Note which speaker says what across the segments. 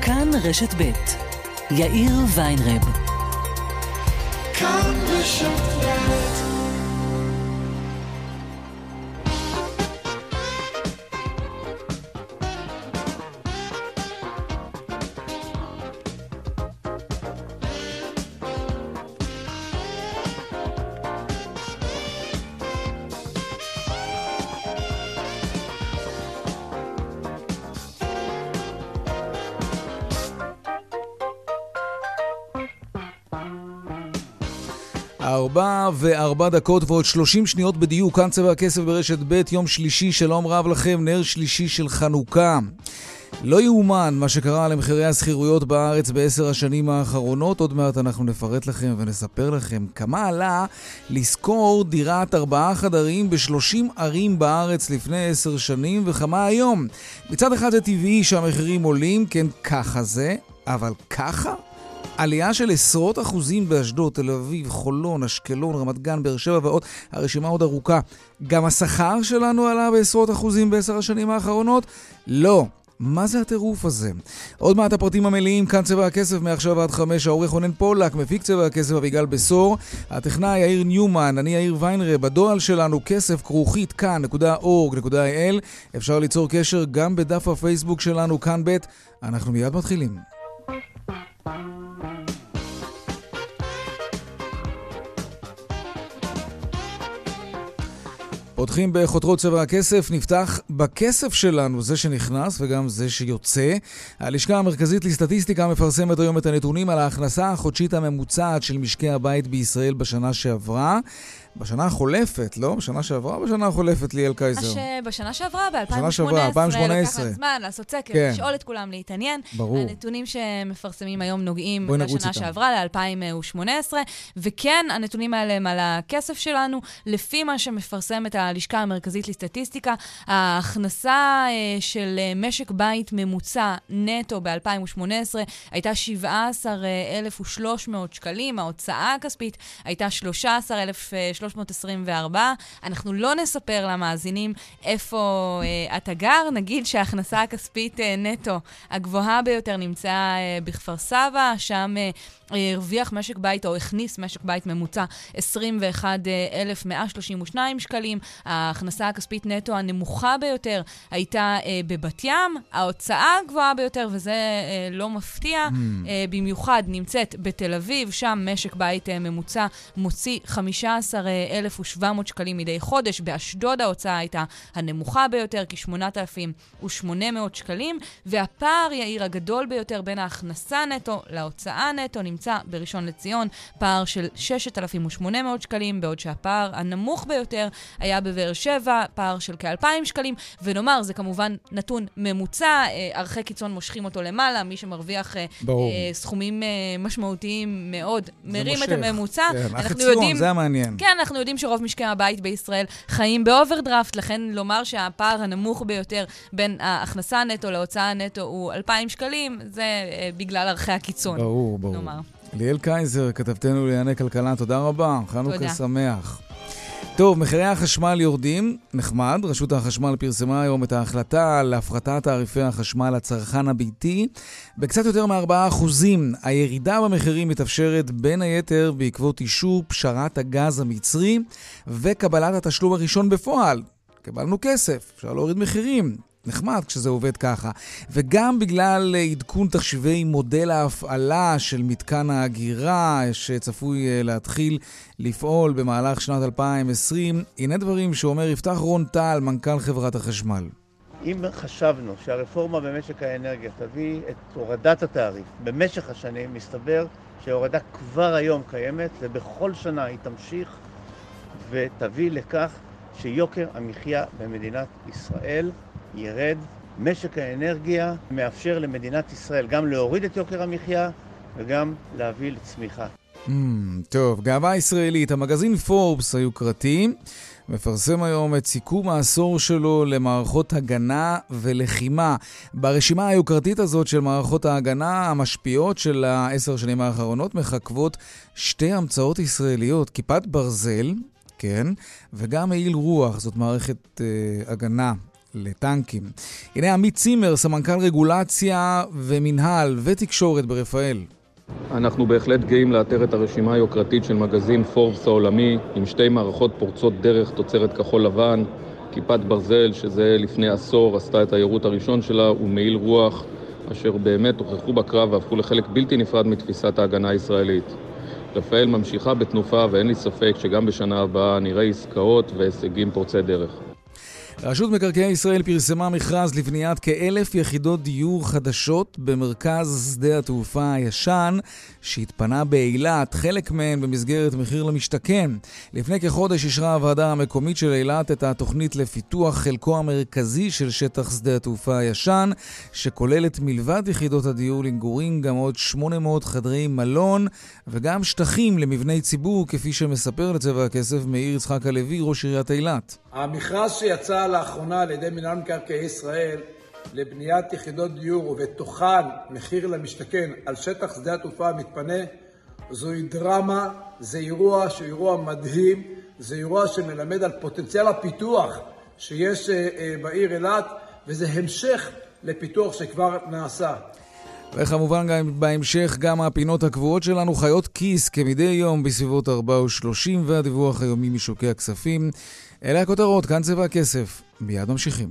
Speaker 1: כאן רשת ב' יאיר ויינרב.
Speaker 2: כאן רשת ב'.
Speaker 3: ארבע וארבע דקות ועוד 30 שניות בדיוק, כאן צבע הכסף ברשת ב', יום שלישי, שלום רב לכם, נר שלישי של חנוכה. לא יאומן מה שקרה למחירי הסחירויות בארץ ב10 השנים האחרונות. עוד מעט אנחנו נפרט לכם ונספר לכם כמה עלה לשכור דירת 4 חדרים ב30 ערים בארץ לפני 10 שנים וכמה היום. מצד אחד זה טבעי שהמחירים עולים, כן ככה זה, אבל ככה? עלייה של עשרות אחוזים באשדוד, תל אביב, חולון, אשקלון, רמת גן, באר שבע ועוד, הרשימה עוד ארוכה. גם השכר שלנו עלה בעשרות אחוזים ב10 השנים האחרונות? לא. מה זה הטירוף הזה? עוד מעט הפרטים המלאים, כאן צבע הכסף מעכשיו עד 5, העורך רונן פולק, מפיק צבע הכסף אביגל בסור, הטכנאי יאיר ניומן, אני יאיר ויינרב, בדואל שלנו כסף@כאן.org.il, אפשר ליצור קשר גם בדף הפייסבוק שלנו כאן ב'. אנחנו מיד מתחילים. פותחים בחותרות צבע הכסף, נפתח בכסף שלנו, זה שנכנס וגם זה שיוצא. הלשכה המרכזית לסטטיסטיקה מפרסמת היום את הנתונים על ההכנסה החודשית הממוצעת של משקי הבית בישראל בשנה שעברה. בשנה החולפת, לא? בשנה שעברה, בשנה החולפת, ליאל קייזר.
Speaker 4: בשנה שעברה, ב-2018, לקח זמן לעשות סקר, לשאול את כולם להתעניין.
Speaker 3: ברור.
Speaker 4: הנתונים שמפרסמים היום נוגעים בשנה שעברה, ל-2018, וכן, הנתונים האלה הם על הכסף שלנו, לפי מה שמפרסמת הלשכה המרכזית לסטטיסטיקה, ההכנסה של משק בית ממוצע נטו ב-2018 הייתה 17,300 שקלים, ההוצאה הכספית הייתה 13,324. אנחנו לא נספר למאזינים איפה אתה גר, נגיד שההכנסה הכספית נטו הגבוהה ביותר נמצאה בכפר סבא, שם הרוויח משק בית או הכניס משק בית ממוצע 21,132 שקלים. ההכנסה הכספית נטו הנמוכה ביותר הייתה בבת ים, ההוצאה הגבוהה ביותר, וזה לא מפתיע, במיוחד נמצאת בתל אביב, שם משק בית ממוצע מוציא 15,700 שקלים מדי חודש. באשדוד ההוצאה הייתה הנמוכה ביותר, כ-8,800 שקלים, והפער יאיר הגדול ביותר בין ההכנסה נטו להוצאה נטו נמצא בראשון לציון, פער של 6,800 שקלים, בעוד שהפער הנמוך ביותר היה בבאר שבע, פער של כ-2,000 שקלים, ונאמר, זה כמובן נתון ממוצע, ערכי קיצון מושכים אותו למעלה, מי שמרוויח סכומים משמעותיים מאוד, מרים את הממוצע.
Speaker 3: כן, החציון, זה המעניין.
Speaker 4: כן, אנחנו יודעים שרוב משקי הבית בישראל חיים באוברדרפט, לכן לומר שהפער הנמוך ביותר בין ההכנסה נטו להוצאה נטו הוא 2,000 שקלים, זה בגלל ערכי הקיצון.
Speaker 3: ברור.
Speaker 4: נאמר.
Speaker 3: ליאל קייזר, כתבתנו לענייני כלכלה, תודה רבה, חנוכה שמח. טוב, מחירי החשמל יורדים, נחמד. רשות החשמל פרסמה היום את ההחלטה על הפחתת תעריפי החשמל לצרכן הביתי בקצת יותר מ4%. הירידה במחירים מתאפשרת בין היתר בעקבות אישור פשרת הגז המצרי וקבלת התשלום הראשון בפועל. קיבלנו כסף, אפשר להוריד מחירים. נחמד כשזה עובד ככה. וגם בגלל עדכון תחשיבי מודל ההפעלה של מתקן ההגירה שצפוי להתחיל לפעול במהלך שנת 2020. הנה דברים שאומר יפתח רון טל, מנכ"ל חברת החשמל.
Speaker 5: אם חשבנו שהרפורמה במשק האנרגיה תביא את הורדת התעריף במשך השנים, מסתבר שההורדה כבר היום קיימת, ובכל שנה היא תמשיך ותביא לכך שיוקר המחיה במדינת ישראל ירד. משק האנרגיה מאפשר למדינת ישראל גם להוריד את יוקר המחיה וגם להביא לצמיחה.
Speaker 3: טוב, גאווה ישראלית. המגזין פורבס היוקרתי מפרסם היום את סיכום העשור שלו למערכות הגנה ולחימה. ברשימה היוקרתית הזאת של מערכות ההגנה המשפיעות של 10 שנים האחרונות מחכבות 2 המצאות ישראליות, כיפת ברזל, כן, וגם מעיל רוח, זאת מערכת הגנה לטנקים. הנה עמית צימר, סמנכ"ל רגולציה ומנהל ותקשורת ברפאל.
Speaker 2: אנחנו בהחלט גאים לאתר את הרשימה היוקרתית של מגזין פורבס העולמי עם 2 מערכות פורצות דרך תוצרת כחול לבן, כיפת ברזל שזה לפני עשור עשתה את היירוט הראשון שלה ומעיל רוח אשר באמת הוכחו בקרב והפכו לחלק בלתי נפרד מתפיסת ההגנה הישראלית. רפאל ממשיכה בתנופה ואין לי ספק שגם בשנה הבאה נראה עסקאות והישגים פורצי דרך.
Speaker 3: רשות מקרקעי ישראל פרסמה מכרז לבניית כ1,000 יחידות דיור חדשות במרכז שדה התעופה הישן שהתפנה באילת, חלק מהן במסגרת מחיר למשתכן. לפני כחודש אישרה הוועדה המקומית של אילת את התוכנית לפיתוח חלקו המרכזי של שטח שדה התעופה הישן, שכוללת מלבד יחידות הדיור למגורים גם עוד 800 חדרי מלון וגם שטחים למבני ציבור, כפי שמספר לצבע הכסף מאיר יצחק הלוי, ראש עיריית אילת.
Speaker 6: המכרז שיצא לאחרונה על ידי מינהל מקרקעי ישראל לבניית יחידות דיור ובתוכן מחיר למשתכן על שטח שדה התעופה המתפנה זוהי דרמה, זה אירוע שהוא אירוע מדהים, זה אירוע שמלמד על פוטנציאל הפיתוח שיש בעיר אילת, וזה המשך לפיתוח שכבר נעשה.
Speaker 3: וכמובן גם בהמשך גם הפינות הקבועות שלנו, חיות כיס כמדי יום בסביבות 4:30 והדיווח היומי משוקי הכספים. אלה הכותרות, כאן צבע הכסף. מיד ממשיכים.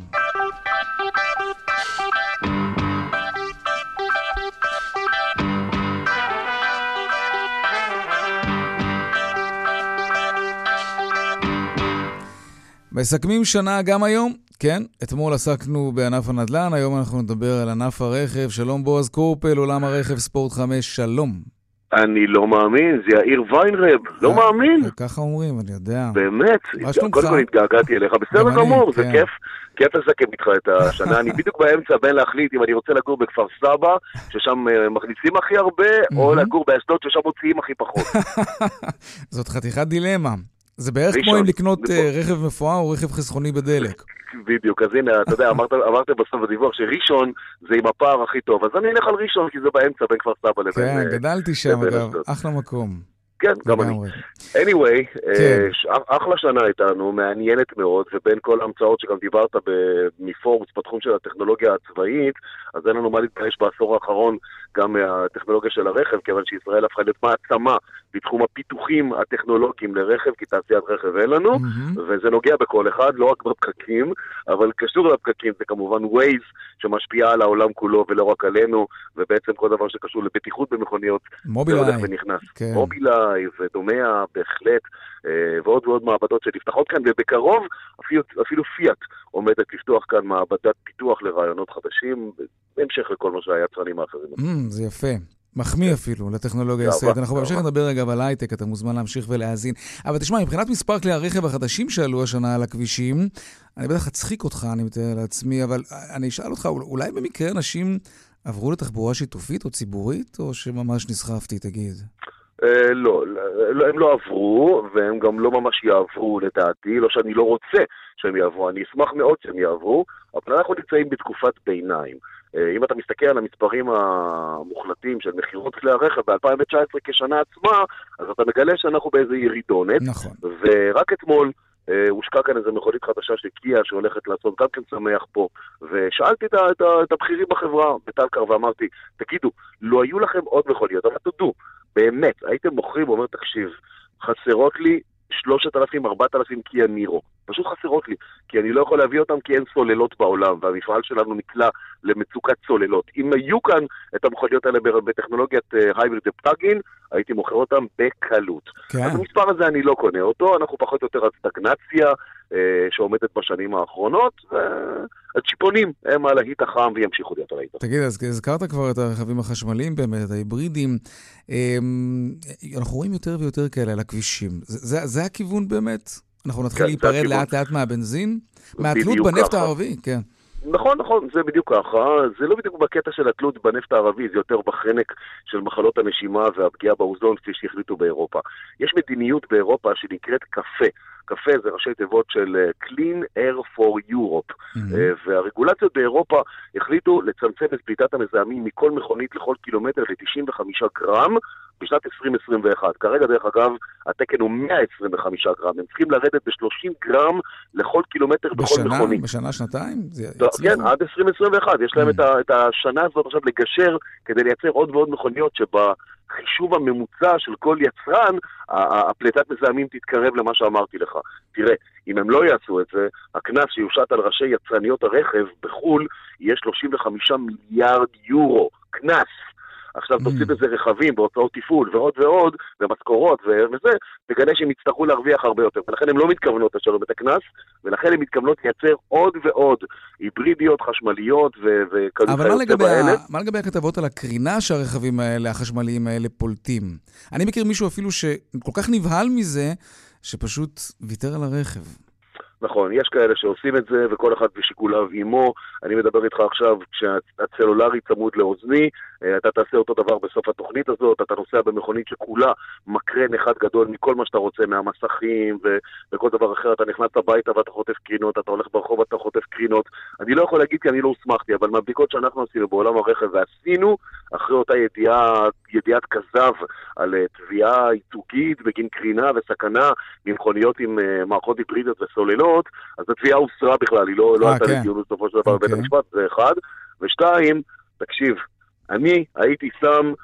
Speaker 3: מסכמים שנה גם היום. כן, אתמול עסקנו בענף הנדל"ן, היום אנחנו נדבר על ענף הרכב. שלום בועז קורפל, עולם הרכב ספורט 5, שלום.
Speaker 7: אני לא מאמין, זה יאיר ויינרב, לא מאמין.
Speaker 3: ככה אומרים, אני יודע.
Speaker 7: באמת, קודם כל התגעגעתי אליך, בסדר גמור, זה כיף לסכם איתך את השנה. אני בדיוק באמצע בין להחליט אם אני רוצה לגור בכפר סבא, ששם מכניסים הכי הרבה, או לגור באשדוד, ששם מוציאים הכי פחות.
Speaker 3: זאת חתיכת דילמה. זה בערך כמו אם לקנות רכב מפואר או רכב חסכוני בדלק.
Speaker 7: בדיוק, אז הנה, אתה יודע, אמרת בסוף בדיווח שראשון זה עם הפער הכי טוב, אז אני אלך על ראשון, כי זה באמצע בין כפר סבא לבין...
Speaker 3: כן, גדלתי שם, אגב, אחלה מקום.
Speaker 7: כן, גם אני. anyway, אחלה שנה איתנו, מעניינת מאוד, ובין כל ההמצאות שגם דיברת מפורבס בתחום של הטכנולוגיה הצבאית, אז אין לנו מה להתבייש בעשור האחרון גם מהטכנולוגיה של הרכב, כיוון שישראל הפכה להיות מעצמה בתחום הפיתוחים הטכנולוגיים לרכב, כי תעשיית רכב אין לנו, וזה נוגע בכל אחד, לא רק בפקקים, אבל קשור לפקקים זה כמובן Waze, שמשפיע על העולם כולו ולא רק עלינו, ובעצם כל דבר שקשור לבטיחות במכוניות, זה הולך ונכנס. מובילאיי ודומיה בהחלט, ועוד ועוד מעבדות שנפתחות כאן, ובקרוב אפילו פיאט עומדת לפתוח כאן מעבדת פיתוח לרעיונות חדשים, בהמשך לכל מה שהיצרנים האחרים.
Speaker 3: זה יפה. מחמיא אפילו לטכנולוגיה הישראלית. אנחנו בהמשך נדבר רגע על הייטק, אתה מוזמן להמשיך ולהאזין. אבל תשמע, מבחינת מספר כלי הרכב החדשים שעלו השנה על הכבישים, אני בטח אצחיק אותך, אני מתאר לעצמי, אבל אני אשאל אותך, אולי במקרה אנשים עברו לתחבורה שיתופית או ציבורית, או שממש נסחפתי, תגיד?
Speaker 7: לא, הם לא עברו, והם גם לא ממש יעברו לדעתי, לא שאני לא רוצה שהם יעברו, אני אשמח מאוד שהם יעברו, אבל אנחנו נמצאים בתקופת ביניים. אם אתה מסתכל על המספרים המוחלטים של מחירות כלי הרכב ב-2019 כשנה עצמה, אז אתה מגלה שאנחנו באיזה ירידונת.
Speaker 3: נכון.
Speaker 7: ורק אתמול הושקע כאן איזו מכונית חדשה של קיה שהולכת לעשות גם כן שמח פה, ושאלתי את הבכירים בחברה בטלקר ואמרתי, תגידו, לא היו לכם עוד מכוניות, אבל תודו, באמת, הייתם מוכרים, אומר תקשיב, חסרות לי 3,000-4,000 קיה נירו. פשוט חסרות לי, כי אני לא יכול להביא אותם כי אין סוללות בעולם, והמפעל שלנו נקלע למצוקת סוללות. אם היו כאן את המכוניות האלה בטכנולוגיית הייבריד פלאגין, הייתי מוכר אותם בקלות.
Speaker 3: כן.
Speaker 7: אז המספר הזה אני לא קונה אותו, אנחנו פחות או יותר על סטגנציה שעומדת בשנים האחרונות, הצ'יפונים הם על ההיט החם וימשיכו להיות על ההיט.
Speaker 3: תגיד, אז הזכרת כבר את הרכבים החשמליים באמת, ההיברידים, אנחנו רואים יותר ויותר כאלה על הכבישים. זה הכיוון באמת? אנחנו נתחיל להיפרד לאט לאט מהבנזין? מהתלות בנפט הערבי, כן.
Speaker 7: נכון, זה בדיוק ככה. זה לא בדיוק בקטע של התלות בנפט הערבי, זה יותר בחנק של מחלות הנשימה והפגיעה באוזון, כפי שהחליטו באירופה. יש מדיניות באירופה שנקראת קפה. קפה זה ראשי תיבות של Clean Air for Europe. והרגולציות באירופה החליטו לצמצם את פליטת המזהמים מכל מכונית לכל קילומטר ל-95 גרם בשנת 2021. כרגע, דרך אגב, התקן הוא 125 גרם. הם צריכים לרדת ב-30 גרם לכל קילומטר בכל מכונית.
Speaker 3: בשנה, שנתיים?
Speaker 7: כן, עד 2021. יש להם את השנה הזאת עכשיו לגשר כדי לייצר עוד ועוד מכוניות שבחישוב הממוצע של כל יצרן, הפליטת מזהמים תתקרב למה שאמרתי לך. תראה, אם הם לא יעשו את זה, הכנס שיושת על ראשי יצרניות הרכב בחול יהיה 35 מיליארד יורו. כנס. עכשיו תוסיף לזה רכבים בהוצאות טיפול ועוד ועוד, ומשכורות וזה, תגלה שהם יצטרכו להרוויח הרבה יותר. ולכן הם לא מתכוונות לשלום את הכנס, ולכן הם מתכוונות לייצר עוד ועוד היברידיות, חשמליות
Speaker 3: אבל מה לגבי הכתבות על הקרינה שהרכבים האלה, החשמליים האלה פולטים? אני מכיר מישהו אפילו שכל כך נבהל מזה, שפשוט ויתר על הרכב.
Speaker 7: נכון, יש כאלה שעושים את זה, וכל אחד בשיקוליו עמו. אני מדבר איתך עכשיו, כשהצלולרי צמוד לאוזני, אתה תעשה אותו דבר בסוף התוכנית הזאת, אתה נוסע במכונית שכולה מקרן אחד גדול מכל מה שאתה רוצה, מהמסכים וכל דבר אחר, אתה נכנס הביתה ואתה חוטף קרינות, אתה הולך ברחוב ואתה חוטף קרינות. אני לא יכול להגיד כי אני לא הוסמכתי, אבל מהבדיקות שאנחנו עשינו בעולם הרכב, ועשינו אחרי אותה ידיעת כזב על תביעה ייצוגית בגין קרינה וסכנה ממכוניות עם מערכות היברידיות וסוללות, אז התביעה הוסרה בכלל, היא לא עלתה לדיון בסופו של דבר בבית המשפט, זה אחד. ושתיים, תקשיב, אני הייתי שם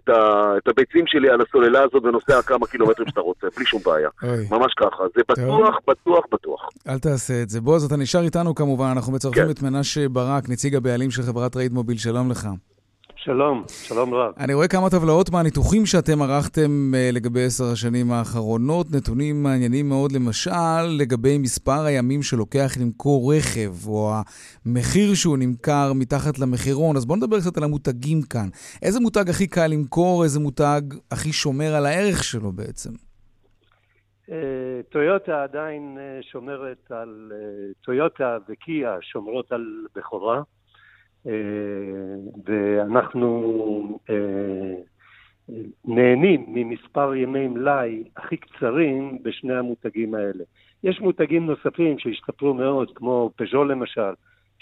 Speaker 7: את הביצים שלי על הסוללה הזאת ונוסע כמה קילומטרים שאתה רוצה, בלי שום בעיה. ממש ככה, זה בטוח, בטוח, בטוח.
Speaker 3: אל תעשה את זה. בוא, אז אתה נשאר איתנו כמובן, אנחנו מצרפים את מנשה ברק, נציג הבעלים של חברת רייד מוביל, שלום לך.
Speaker 8: שלום, שלום רב.
Speaker 3: אני רואה כמה טבלאות מהניתוחים שאתם ערכתם לגבי 10 השנים האחרונות, נתונים מעניינים מאוד, למשל, לגבי מספר הימים שלוקח למכור רכב, או המחיר שהוא נמכר מתחת למחירון. אז בואו נדבר קצת על המותגים כאן. איזה מותג הכי קל למכור, איזה מותג הכי שומר על הערך שלו בעצם?
Speaker 8: טויוטה עדיין שומרת על, טויוטה וקיה שומרות על בכורה. ואנחנו נהנים ממספר ימי מלאי הכי קצרים בשני המותגים האלה. יש מותגים נוספים שהשתפרו מאוד, כמו פז'ו למשל,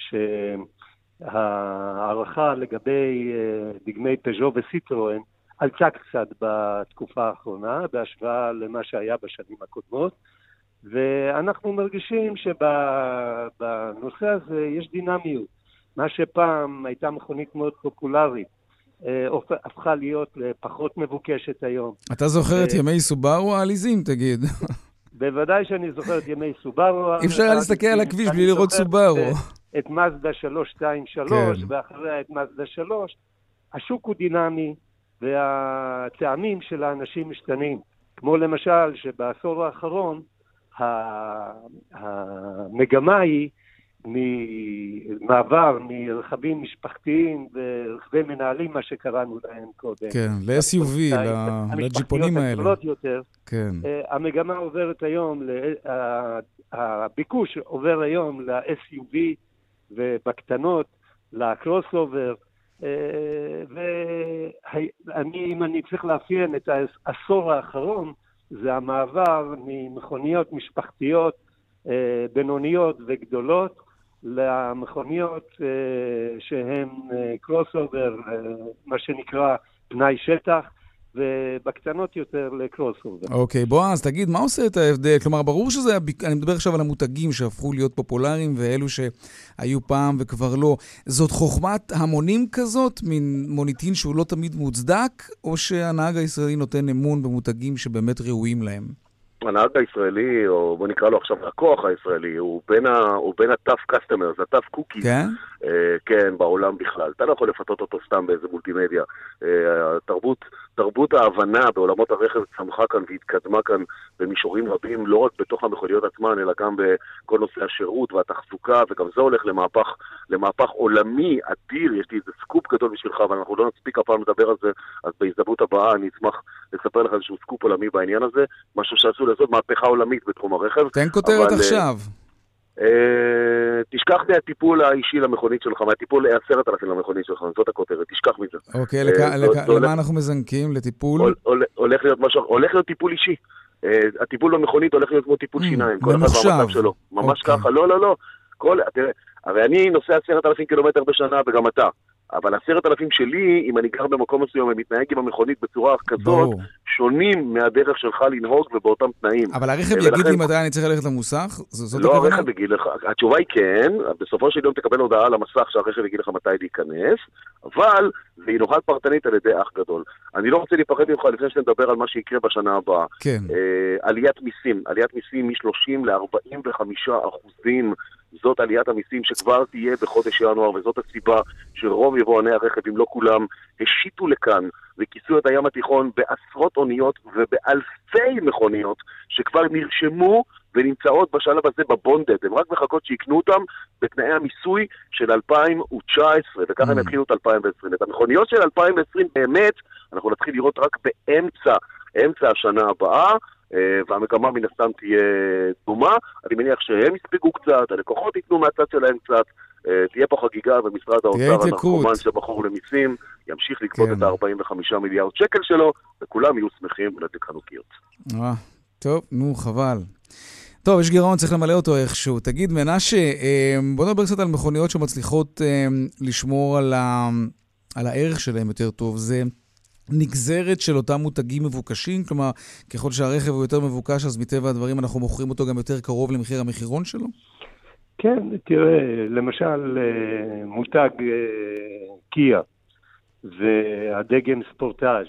Speaker 8: שהערכה לגבי דגמי פז'ו וסיטרואן עלתה קצת בתקופה האחרונה, בהשוואה למה שהיה בשנים הקודמות, ואנחנו מרגישים שבנושא הזה יש דינמיות. מה שפעם הייתה מכונית מאוד פופולרית, הפכה להיות פחות מבוקשת היום.
Speaker 3: אתה זוכר את ימי סובארו העליזים, תגיד?
Speaker 8: בוודאי שאני זוכר את ימי סובארו.
Speaker 3: אי אפשר להסתכל על הכביש בלי לראות סובארו.
Speaker 8: את מזדה 323, ואחריה את מזדה 3. השוק הוא דינמי, והטעמים של האנשים משתנים. כמו למשל, שבעשור האחרון, המגמה היא, ממעבר מרכבים משפחתיים ורכבי מנהלים, מה שקראנו להם קודם.
Speaker 3: כן, ל-SUV, לג'יפונים האלה.
Speaker 8: יותר.
Speaker 3: כן.
Speaker 8: המגמה עוברת היום, הביקוש עובר היום ל-SUV ובקטנות, לקרוס-אובר, ואם אני צריך לאפיין את העשור האחרון, זה המעבר ממכוניות משפחתיות, בינוניות וגדולות, למכוניות שהן קרוס-אובר, מה שנקרא פנאי שטח, ובקטנות יותר לקרוס-אובר.
Speaker 3: אוקיי, בוא אז תגיד, מה עושה את ההבדל? כלומר, ברור שזה, אני מדבר עכשיו על המותגים שהפכו להיות פופולריים, ואלו שהיו פעם וכבר לא. זאת חוכמת המונים כזאת, מין מוניטין שהוא לא תמיד מוצדק, או שהנהג הישראלי נותן אמון במותגים שבאמת ראויים להם?
Speaker 7: הנהג הישראלי, או בוא נקרא לו עכשיו הכוח הישראלי, הוא בין ה-tough customers, ה-tough cookies,
Speaker 3: כן?
Speaker 7: כן, בעולם בכלל. אתה לא יכול לפתות אותו סתם באיזה מולטימדיה. תרבות ההבנה בעולמות הרכב צמחה כאן והתקדמה כאן במישורים רבים, לא רק בתוך המכוניות עצמן, אלא גם בכל נושא השירות והתחזוקה, וגם זה הולך למהפך עולמי אדיר. יש לי איזה סקופ גדול בשבילך, אבל אנחנו לא נספיק הפעם לדבר על זה, אז בהזדמנות הבאה אני אשמח לספר לך איזשהו סקופ עולמי בעניין הזה, משהו שעשו לעשות מהפכה עולמית בתחום הרכב.
Speaker 3: תן כותרת עכשיו.
Speaker 7: תשכח מהטיפול האישי למכונית שלך, מהטיפול 10,000 למכונית שלך, זאת הכותרת, תשכח מזה.
Speaker 3: אוקיי, למה אנחנו מזנקים? לטיפול?
Speaker 7: הולך להיות טיפול אישי. הטיפול במכונית הולך להיות כמו טיפול שיניים, כל אחד במצב שלו. ממש ככה, לא. תראה, הרי אני נוסע 10,000 קילומטר בשנה, וגם אתה. אבל 10,000 שלי, אם אני גר במקום מסוים ומתנהג עם המכונית בצורה כזאת, שונים מהדרך שלך לנהוג ובאותם תנאים.
Speaker 3: אבל הרכב יגיד לי מתי אני צריך ללכת למוסך?
Speaker 7: לא, הרכב יגיד לך, התשובה היא כן, בסופו של יום תקבל הודעה על המסך שהרכב יגיד לך מתי להיכנס, אבל זה ינוהל פרטנית על ידי אח גדול. אני לא רוצה להיפחד ממך לפני שנדבר על מה שיקרה בשנה הבאה.
Speaker 3: כן.
Speaker 7: עליית מיסים מ-30 ל-45%, זאת עליית המיסים שכבר תהיה בחודש ינואר, וזאת הסיבה שרוב יבואני הרכב, אם לא כולם, השיטו לכאן וכיסו את הים התיכון בעשרות אוניות ובאלפי מכוניות שכבר נרשמו ונמצאות בשלב הזה בבונדד. הם רק מחכות שיקנו אותם בתנאי המיסוי של 2019, וככה הם יתחילו את 2020. את המכוניות של 2020 באמת אנחנו נתחיל לראות רק באמצע השנה הבאה, והמגמה מן הסתם תהיה דומה. אני מניח שהם יספגו קצת, הלקוחות ייתנו מהצד שלהם קצת, תהיה פה חגיגה, ומשרד האוצר הנרקומן שבחור למיסים ימשיך לגבות את ה-45 מיליארד שקל שלו, וכולם יהיו שמחים ולתת חנוכיות.
Speaker 3: טוב, נו, חבל. טוב, יש גירעון, צריך למלא אותו איכשהו. תגיד, מנשה, בוא נדבר קצת על מכוניות שמצליחות לשמור על הערך שלהם יותר טוב. זה נגזרת של אותם מותגים מבוקשים? כלומר, ככל שהרכב הוא יותר מבוקש, אז מטבע הדברים אנחנו מוכרים אותו גם יותר קרוב למחיר המחירון שלו?
Speaker 8: כן, תראה, למשל מותג קיה והדגם ספורטאז'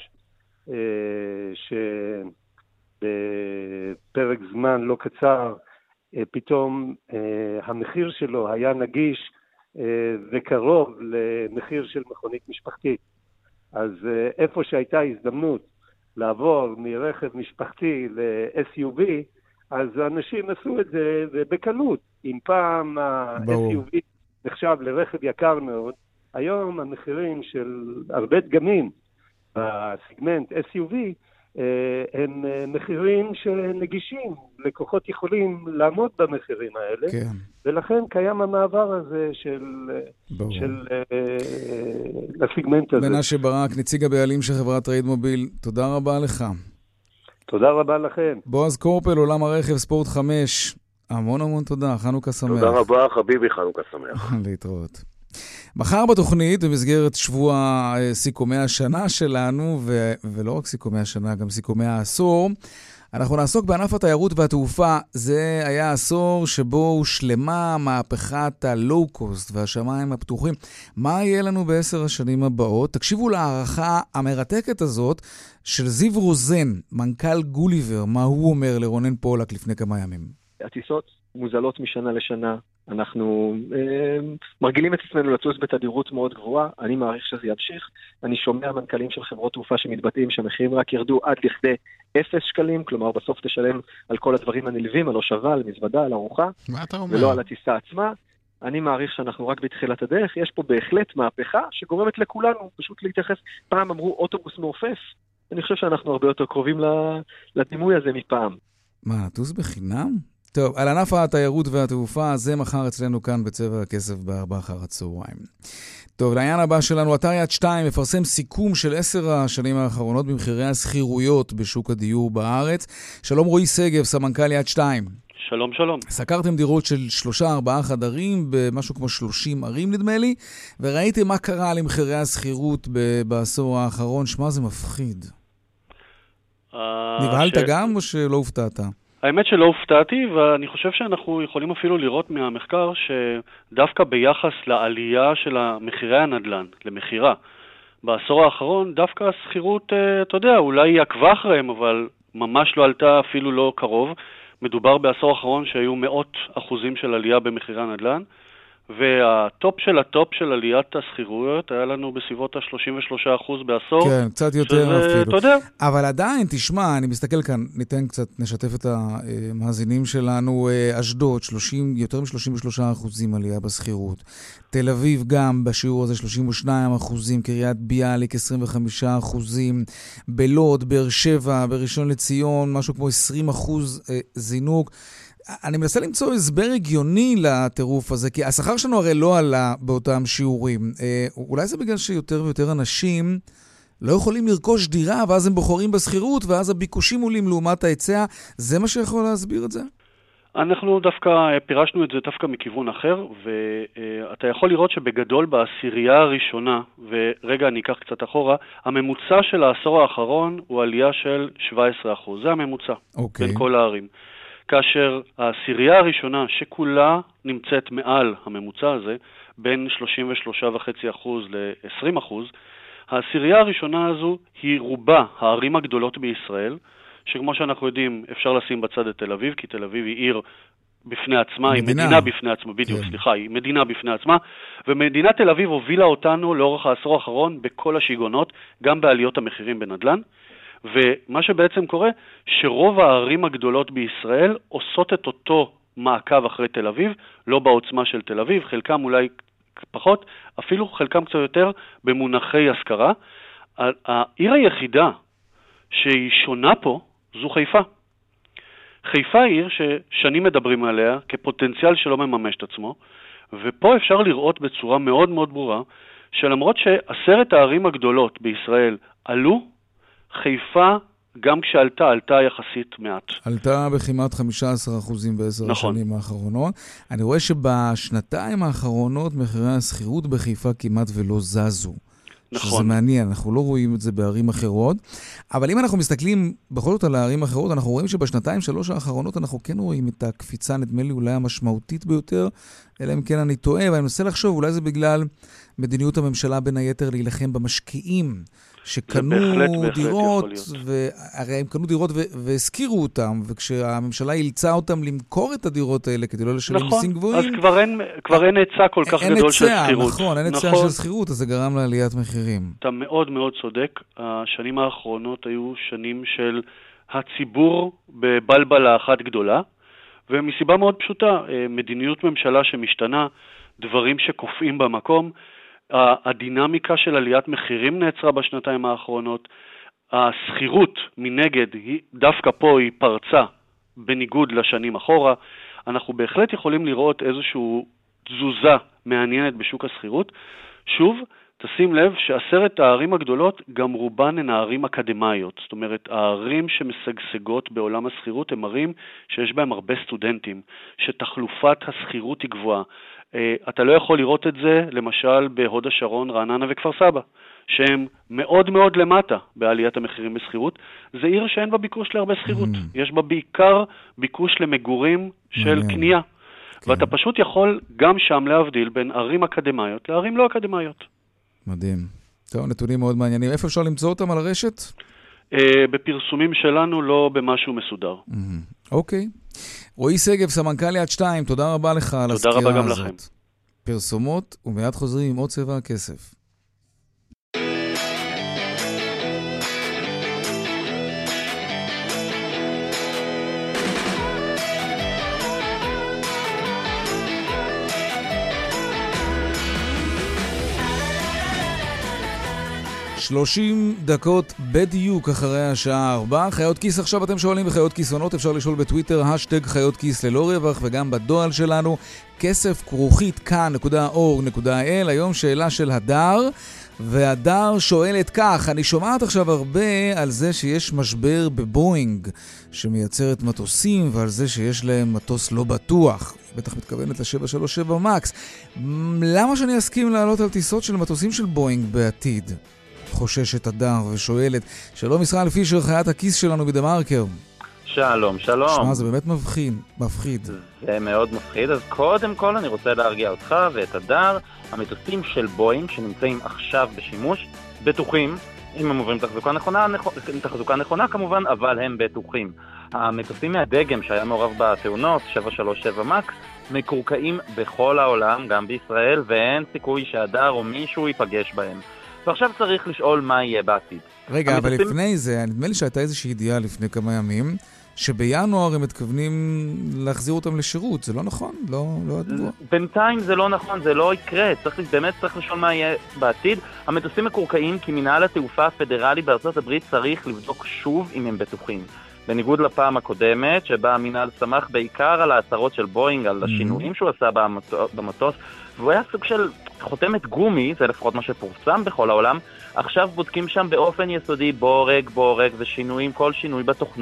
Speaker 8: שבפרק זמן לא קצר פתאום המחיר שלו היה נגיש וקרוב למחיר של מכונית משפחתית. אז איפה שהייתה הזדמנות לעבור מרכב משפחתי ל-SUV, אז אנשים עשו את זה בקלות. אם פעם ה-SUV נחשב לרכב יקר מאוד, היום המחירים של הרבה דגמים בסגמנט SUV הם מחירים שנגישים, לקוחות יכולים לעמוד במחירים האלה, כן. ולכן קיים המעבר הזה של הסגמנט הזה.
Speaker 3: מנשה ברק, נציג הבעלים של חברת ריידמוביל, תודה רבה לך.
Speaker 8: תודה רבה לכם.
Speaker 3: בועז קורפל, עולם הרכב, ספורט 5, המון תודה, חנוכה שמח.
Speaker 7: תודה רבה חביבי, חנוכה שמח.
Speaker 3: להתראות. מחר בתוכנית, במסגרת שבוע סיכומי השנה שלנו, ולא רק סיכומי השנה, גם סיכומי העשור, אנחנו נעסוק בענף התיירות והתעופה. זה היה עשור שבו הושלמה מהפכת הלואו-קוסט והשמיים הפתוחים. מה יהיה לנו ב10 השנים הבאות? תקשיבו להערכה המרתקת הזאת של זיו רוזן, מנכ"ל גוליבר, מה הוא אומר לרונן פולק לפני כמה ימים.
Speaker 9: הטיסות מוזלות משנה לשנה. אנחנו מרגילים את עצמנו לטוס בתדירות מאוד גבוהה, אני מעריך שזה ימשיך. אני שומע מנכ"לים של חברות תעופה שמתבטאים שהמחירים רק ירדו עד לכדי 0 שקלים, כלומר בסוף תשלם על כל הדברים הנלווים, על הושבה, על מזוודה, על ארוחה, ולא על הטיסה עצמה. אני מעריך שאנחנו רק בתחילת הדרך, יש פה בהחלט מהפכה שגורמת לכולנו פשוט להתייחס. פעם אמרו אוטובוס מעופף, אני חושב שאנחנו הרבה יותר קרובים לדימוי הזה מפעם.
Speaker 3: מה, נטוס בחינם? טוב, על ענף התיירות והתעופה, זה מחר אצלנו כאן בצבע הכסף ב16:00. טוב, לעניין הבא שלנו, אתר יד 2 מפרסם סיכום של 10 השנים האחרונות במחירי הסחירויות בשוק הדיור בארץ. שלום רועי סגב, סמנכ"ל יד 2.
Speaker 10: שלום, שלום.
Speaker 3: סקרתם דירות של 3-4 חדרים במשהו כמו 30 ערים נדמה לי, וראיתם מה קרה למחירי הסחירות בעשור האחרון. שמה זה מפחיד. נבהלת גם או שלא הופתעת?
Speaker 10: האמת שלא הופתעתי, ואני חושב שאנחנו יכולים אפילו לראות מהמחקר שדווקא ביחס לעלייה של מחירי הנדל"ן למחירה בעשור האחרון, דווקא הסחירות, אתה יודע, אולי היא עקבה אחריהם, אבל ממש לא עלתה אפילו לא קרוב. מדובר בעשור האחרון שהיו 100% של עלייה במחירי הנדל"ן, והטופ של עליית הסחירויות היה לנו בסביבות ה-33% בעשור.
Speaker 3: כן, קצת יותר אפילו.
Speaker 10: אתה יודע.
Speaker 3: אבל עדיין, תשמע, אני מסתכל כאן, ניתן קצת, נשתף את המאזינים שלנו, אשדוד, יותר מ-33% עלייה בסחירות. תל אביב גם בשיעור הזה 32%, קריית ביאליק 25%, בלוד, באר שבע, בראשון לציון, משהו כמו 20% זינוק. אני מנסה למצוא הסבר הגיוני לטירוף הזה, כי השכר שלנו הרי לא עלה באותם שיעורים. אולי זה בגלל שיותר ויותר אנשים לא יכולים לרכוש דירה, ואז הם בוחרים בסחירות, ואז הביקושים עולים לעומת ההיצע. זה מה שיכול להסביר את זה?
Speaker 10: אנחנו דווקא פירשנו את זה דווקא מכיוון אחר, ואתה יכול לראות שבגדול בעשירייה הראשונה, ורגע אני אקח קצת אחורה, הממוצע של העשור האחרון הוא עלייה של 17%. זה הממוצע בין כל הערים. כאשר העשירייה הראשונה שכולה נמצאת מעל הממוצע הזה, בין 33.5% ל-20%, העשירייה הראשונה הזו היא רובה הערים הגדולות בישראל, שכמו שאנחנו יודעים אפשר לשים בצד את תל אביב, כי תל אביב היא עיר בפני עצמה, היא מדינה בפני עצמה, בדיוק, סליחה, היא מדינה בפני עצמה, ומדינת תל אביב הובילה אותנו לאורך העשור האחרון בכל השיגונות, גם בעליות המחירים בנדל"ן, ומה שבעצם קורה, שרוב הערים הגדולות בישראל עושות את אותו מעקב אחרי תל אביב, לא בעוצמה של תל אביב, חלקם אולי פחות, אפילו חלקם קצת יותר במונחי השכרה. העיר היחידה שהיא שונה פה זו חיפה. חיפה היא עיר ששנים מדברים עליה כפוטנציאל שלא מממש את עצמו, ופה אפשר לראות בצורה מאוד מאוד ברורה, שלמרות ש10 הערים הגדולות בישראל עלו, חיפה גם כשעלתה, עלתה יחסית מעט.
Speaker 3: עלתה בכמעט 15% ב10 השנים האחרונות. אני רואה שבשנתיים האחרונות מחירי השכירות בחיפה כמעט ולא זזו. נכון. שזה מעניין, אנחנו לא רואים את זה בערים אחרות, אבל אם אנחנו מסתכלים בכל זאת על הערים אחרות, אנחנו רואים שבשנתיים 3 האחרונות אנחנו כן רואים את הקפיצה, נדמה לי אולי המשמעותית ביותר, אלא אם כן אני טועה, ואני מנסה לחשוב, אולי זה בגלל מדיניות הממשלה בין היתר להילחם במשקיעים, שקנו דירות, והרי הם קנו דירות והזכירו אותם, וכשהממשלה אילצה אותם למכור את הדירות האלה כדי לא לשלם מיסים גבוהים.
Speaker 10: אז כבר אין היצע כל כך גדול של שכירות.
Speaker 3: נכון, אין היצע של שכירות, אז זה גרם לעליית מחירים.
Speaker 10: אתה מאוד מאוד צודק. השנים האחרונות היו שנים של הציבור בבלבלה אחת גדולה, ומסיבה מאוד פשוטה, מדיניות ממשלה שמשתנה, דברים שקופאים במקום, הדינמיקה של עליית מחירים נעצרה בשנתיים האחרונות, הסחירות מנגד, דווקא פה היא פרצה בניגוד לשנים אחורה, אנחנו בהחלט יכולים לראות איזושהי תזוזה מעניינת בשוק הסחירות. שוב, תשים לב ש10 הערים הגדולות גם רובן הן הערים אקדמיות, זאת אומרת הערים שמשגשגות בעולם הסחירות הם ערים שיש בהם הרבה סטודנטים, שתחלופת הסחירות היא גבוהה. אתה לא יכול לראות את זה למשל בהוד השרון, רעננה וכפר סבא, שהם מאוד מאוד למטה בעליית המחירים בסחירות. זה עיר שאין בה ביקוש להרבה סחירות, יש בה בעיקר ביקוש למגורים של קנייה, ואתה פשוט יכול גם שם להבדיל בין ערים אקדמיות לערים לא אקדמיות.
Speaker 3: מדהים. טוב, נתונים מאוד מעניינים. איפה אפשר למצוא אותם על הרשת?
Speaker 10: בפרסומים שלנו, לא במשהו מסודר.
Speaker 3: אוקיי. רועי סגב, סמנכ"ל יד 2, תודה רבה לך על הסקירה הזאת.
Speaker 10: תודה רבה גם לכם.
Speaker 3: פרסומות, ומיד חוזרים עם עוד צבע הכסף. שלושים דקות בדיוק אחרי השעה 4. חיות כיס עכשיו אתם שואלים בחיות כיסונות, אפשר לשאול בטוויטר, השטג חיות כיס ללא רווח, וגם בדואל שלנו, כסף@כאן.org.il. היום שאלה של הדר, והדר שואלת כך, אני שומעת עכשיו הרבה על זה שיש משבר בבואינג שמייצרת מטוסים, ועל זה שיש להם מטוס לא בטוח. בטח מתכוונת ל-737 מקס. למה שאני אסכים לעלות על טיסות של מטוסים של בואינג בעתיד? חוששת הדר ושואלת. שלום ישראל פישר, חיית הכיס שלנו בדמרקר.
Speaker 11: שלום, שלום.
Speaker 3: שמע, זה באמת מפחיד.
Speaker 11: זה מאוד מפחיד. אז קודם כל אני רוצה להרגיע אותך ואת הדר. המטוסים של בואינג שנמצאים עכשיו בשימוש בטוחים, אם הם עוברים תחזוקה נכונה כמובן, אבל הם בטוחים. המטוסים מהדגם שהיה מעורב בתאונות, 737 מקס, מקורקעים בכל העולם, גם בישראל, ואין סיכוי שהדר או מישהו ייפגש בהם. ועכשיו צריך לשאול מה יהיה בעתיד.
Speaker 3: רגע, אבל לפני זה, נדמה לי שהייתה איזושהי ידיעה לפני כמה ימים, שבינואר הם מתכוונים להחזיר אותם לשירות, זה לא נכון? לא ידוע.
Speaker 11: בינתיים זה לא נכון, זה לא יקרה, באמת צריך לשאול מה יהיה בעתיד. המטוסים מקורקעים כי מנהל התעופה הפדרלי בארצות הברית צריך לבדוק שוב אם הם בטוחים. בניגוד לפעם הקודמת, שבה המנהל שמח בעיקר על ההצהרות של בואינג, על השינויים שהוא עשה במטוס, והוא היה סוג של חותמת גומי, זה לפחות מה שפורסם בכל העולם. עכשיו בודקים שם באופן יסודי בורג ושינויים, כל שינוי בתוכנה,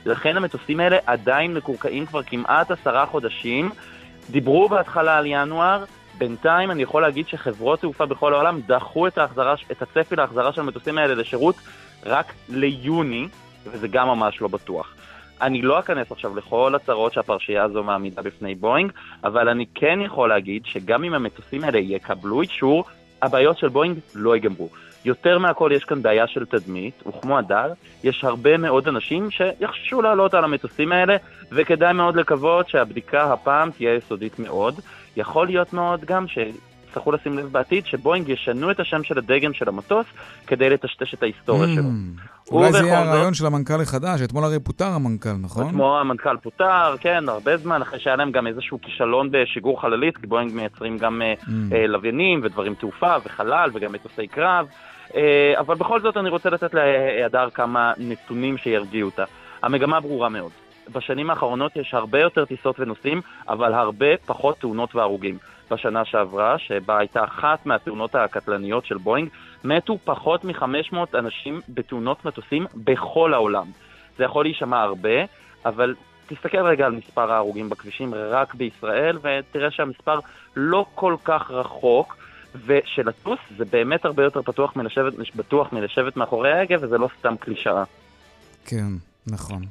Speaker 11: לכן המטוסים האלה עדיין מקורקעים כבר כמעט 10 חודשים. דיברו בהתחלה על ינואר, בינתיים אני יכול להגיד שחברות תעופה בכל העולם דחו את הצפי להחזרה של המטוסים האלה לשירות רק ליוני, וזה גם ממש לא בטוח. אני לא אכנס עכשיו לכל הצרות שהפרשייה הזו מעמידה בפני בוינג, אבל אני כן יכול להגיד שגם אם המטוסים האלה יקבלו אישור, הבעיות של בוינג לא ייגמרו. יותר מהכל יש כאן בעיה של תדמית, וכמו הדר, יש הרבה מאוד אנשים שיחששו לעלות על המטוסים האלה, וכדאי מאוד לקוות שהבדיקה הפעם תהיה יסודית מאוד. יכול להיות מאוד גם שצריכו לשים לב בעתיד שבוינג ישנו את השם של הדגם של המטוס כדי לטשטש את ההיסטוריה שלו.
Speaker 3: אולי זה יהיה הרעיון של המנכ"ל החדש, אתמול הרי פוטר המנכ"ל, נכון?
Speaker 11: אתמול המנכ"ל פוטר, כן, הרבה זמן, אחרי שהיה להם גם איזשהו כישלון בשיגור חללית, כי בוינג מייצרים גם לוויינים ודברים תעופה וחלל וגם מטוסי קרב, אבל בכל זאת אני רוצה לתת להדר כמה נתונים שירגיעו אותה. המגמה ברורה מאוד. בשנים האחרונות יש הרבה יותר טיסות ונוסעים, אבל הרבה פחות תאונות והרוגים. בשנה שעברה, שבה הייתה אחת מהתאונות הקטלניות של בוינג, מתו פחות מ-500 אנשים בתאונות מטוסים בכל העולם. זה יכול להישמע הרבה, אבל תסתכל רגע על מספר ההרוגים בכבישים רק בישראל, ותראה שהמספר לא כל כך רחוק, ושלטוס זה באמת הרבה יותר בטוח מלשבת מאחורי ההגה, וזה לא סתם קלישאה.
Speaker 3: כן, נכון.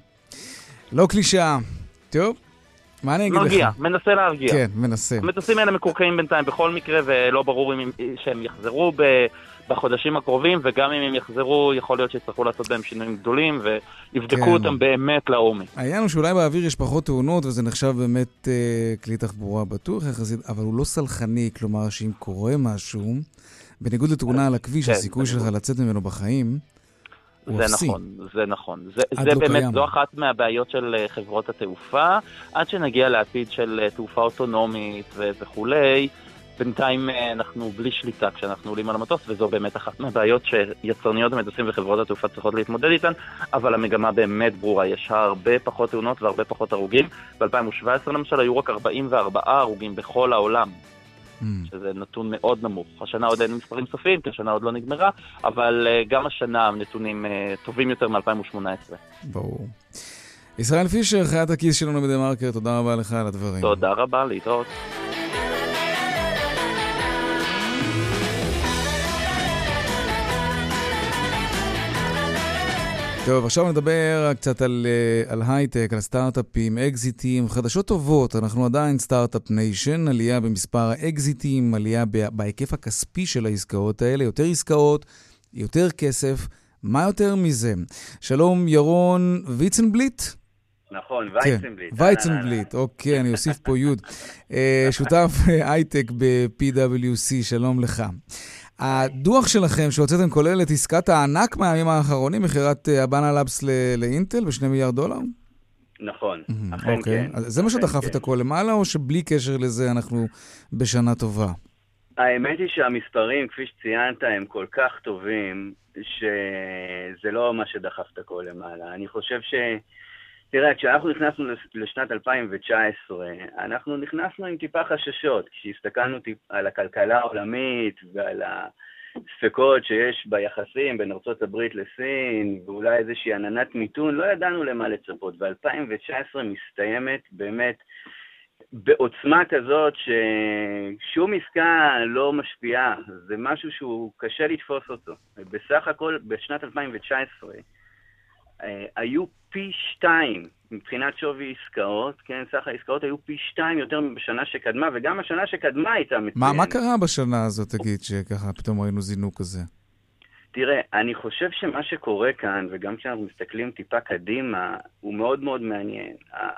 Speaker 3: לא קלישאה. טוב, מה אני אגיד לך?
Speaker 11: מרגיע, מנסה להרגיע.
Speaker 3: כן, מנסה.
Speaker 11: המטוסים האלה מקורקעים בינתיים בכל מקרה, ולא ברור שהם יחזרו בחודשים הקרובים, וגם אם הם יחזרו, יכול להיות שיצטרכו לעשות בהם שינויים גדולים, ויבדקו אותם באמת לעומק. העניין
Speaker 3: הוא שאולי באוויר יש פחות תאונות, וזה נחשב באמת כלי תחבורה בטוח יחסית, אבל הוא לא סלחני, כלומר שאם קורה משהו, בניגוד לתאונה על הכביש, הסיכוי שלך לצאת ממנו בחיים,
Speaker 11: זה נכון, זה נכון. זה באמת, זו אחת מהבעיות של חברות התעופה, עד שנגיע לעתיד של תעופה אוטונומית וכולי, בינתיים אנחנו בלי שליטה כשאנחנו עולים על המטוס, וזו באמת אחת מהבעיות שיצרניות המטוסים וחברות התעופה צריכות להתמודד איתן, אבל המגמה באמת ברורה, יש הרבה פחות תאונות והרבה פחות הרוגים. ב-2017 למשל היו רק 44 הרוגים בכל העולם, שזה נתון מאוד נמוך. השנה עוד אין מספרים סופיים, כי השנה עוד לא נגמרה, אבל גם השנה נתונים טובים יותר מ-2018.
Speaker 3: ברור. ישראל פישר, חיית הכיס שלנו בדמרקר, תודה רבה לך על הדברים.
Speaker 11: תודה רבה, להתראות.
Speaker 3: טוב, עכשיו נדבר קצת על הייטק, על סטארט-אפים, אקזיטים, חדשות טובות. אנחנו עדיין סטארט-אפ ניישן, עלייה במספר האקזיטים, עלייה בהיקף הכספי של העסקאות האלה, יותר עסקאות, יותר כסף, מה יותר מזה? שלום ירון ויצנבליט?
Speaker 12: נכון, וייצנבליט.
Speaker 3: וייצנבליט, אוקיי, אני אוסיף פה יוד. שותף הייטק ב-PwC, שלום לך. הדוח שלכם שהוצאתם כולל את עסקת הענק מהימים האחרונים, מחירת הבאנה לאבס לאינטל ב$2 מיליארד?
Speaker 12: נכון, אכן כן.
Speaker 3: זה מה שדחף את הכל למעלה, או שבלי קשר לזה אנחנו בשנה טובה?
Speaker 12: האמת היא שהמספרים, כפי שציינת, הם כל כך טובים, שזה לא מה שדחף את הכל למעלה. אני חושב תראה, כשאנחנו נכנסנו לשנת 2019, אנחנו נכנסנו עם טיפה חששות, כשהסתכלנו על הכלכלה העולמית ועל הספקות שיש ביחסים בין ארצות הברית לסין, ואולי איזושהי עננת מיתון, לא ידענו למה לצפות, ו-2019 מסתיימת באמת בעוצמה כזאת ששום עסקה לא משפיעה, זה משהו שהוא קשה לתפוס אותו. בסך הכל, בשנת 2019, היו פי 2 מבחינת שווי עסקאות, כן, סך העסקאות היו פי 2 יותר בשנה שקדמה, וגם השנה שקדמה הייתה מצוינת.
Speaker 3: מה קרה בשנה הזאת, תגיד, שככה פתאום ראינו זינוק כזה?
Speaker 12: תראה, אני חושב שמה שקורה כאן, וגם כשאנחנו מסתכלים טיפה קדימה, הוא מאוד מאוד מעניין.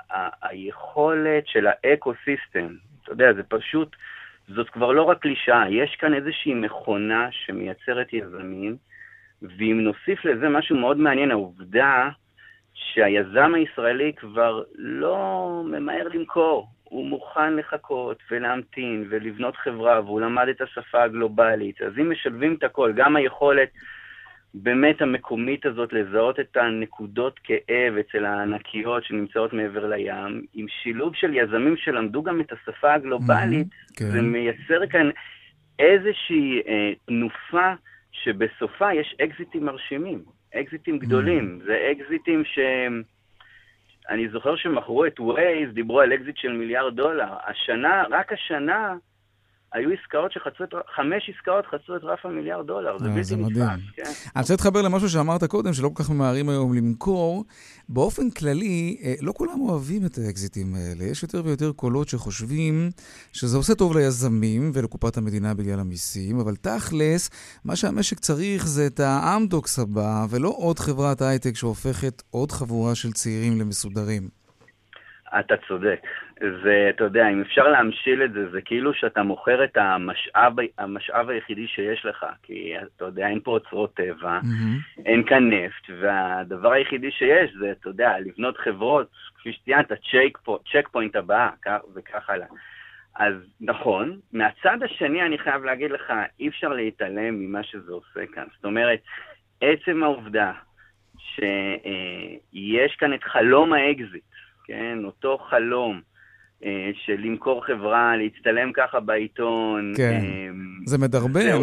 Speaker 12: היכולת של האקוסיסטם, אתה יודע, זה פשוט, זאת כבר לא רק קלישאה, יש כאן איזושהי מכונה שמייצרת יזמים, ואם נוסיף לזה משהו מאוד מעניין, העובדה שהיזם הישראלי כבר לא ממהר למכור, הוא מוכן לחכות ולהמתין ולבנות חברה, והוא למד את השפה הגלובלית. אז אם משלבים את הכל, גם היכולת באמת המקומית הזאת לזהות את הנקודות כאב אצל הענקיות שנמצאות מעבר לים, עם שילוב של יזמים שלמדו גם את השפה הגלובלית, זה מייצר כאן איזושהי תנופה שבסופה יש אקזיטים מרשימים, אקזיטים גדולים. זה אקזיטים אני זוכר שמכרו את ווייז, דיברו על אקזיט של $1 מיליארד. השנה, רק השנה, היו עסקאות שחצו את, 5 עסקאות חצו את רף $1 מיליארד. זה בלתי נתפס. כן.
Speaker 3: אני רוצה להתחבר למשהו שאמרת קודם, שלא כל כך ממהרים היום למכור. באופן כללי, לא כולם אוהבים את האקזיטים האלה. יש יותר ויותר קולות שחושבים שזה עושה טוב ליזמים ולקופת המדינה בגלל המיסים, אבל תכלס, מה שהמשק צריך זה את האמדוקס הבא, ולא עוד חברת הייטק שהופכת עוד חבורה של צעירים למסודרים.
Speaker 12: אתה צודק. זה, אתה יודע, אם אפשר להמשיל את זה, זה כאילו שאתה מוכר את המשאב היחידי שיש לך, כי אתה יודע, אין פה אוצרות טבע, אין כאן נפט, והדבר היחידי שיש זה, אתה יודע, לבנות חברות, כפי שציינת, צ'ק פוינט הבאה, וכך הלאה. אז נכון, מהצד השני אני חייב להגיד לך, אי אפשר להתעלם ממה שזה עושה כאן. זאת אומרת, עצם העובדה שיש כאן את חלום האקזיט, כן, אותו חלום של למכור חברה, להצטלם ככה בעיתון.
Speaker 3: כן, זה מדרבן.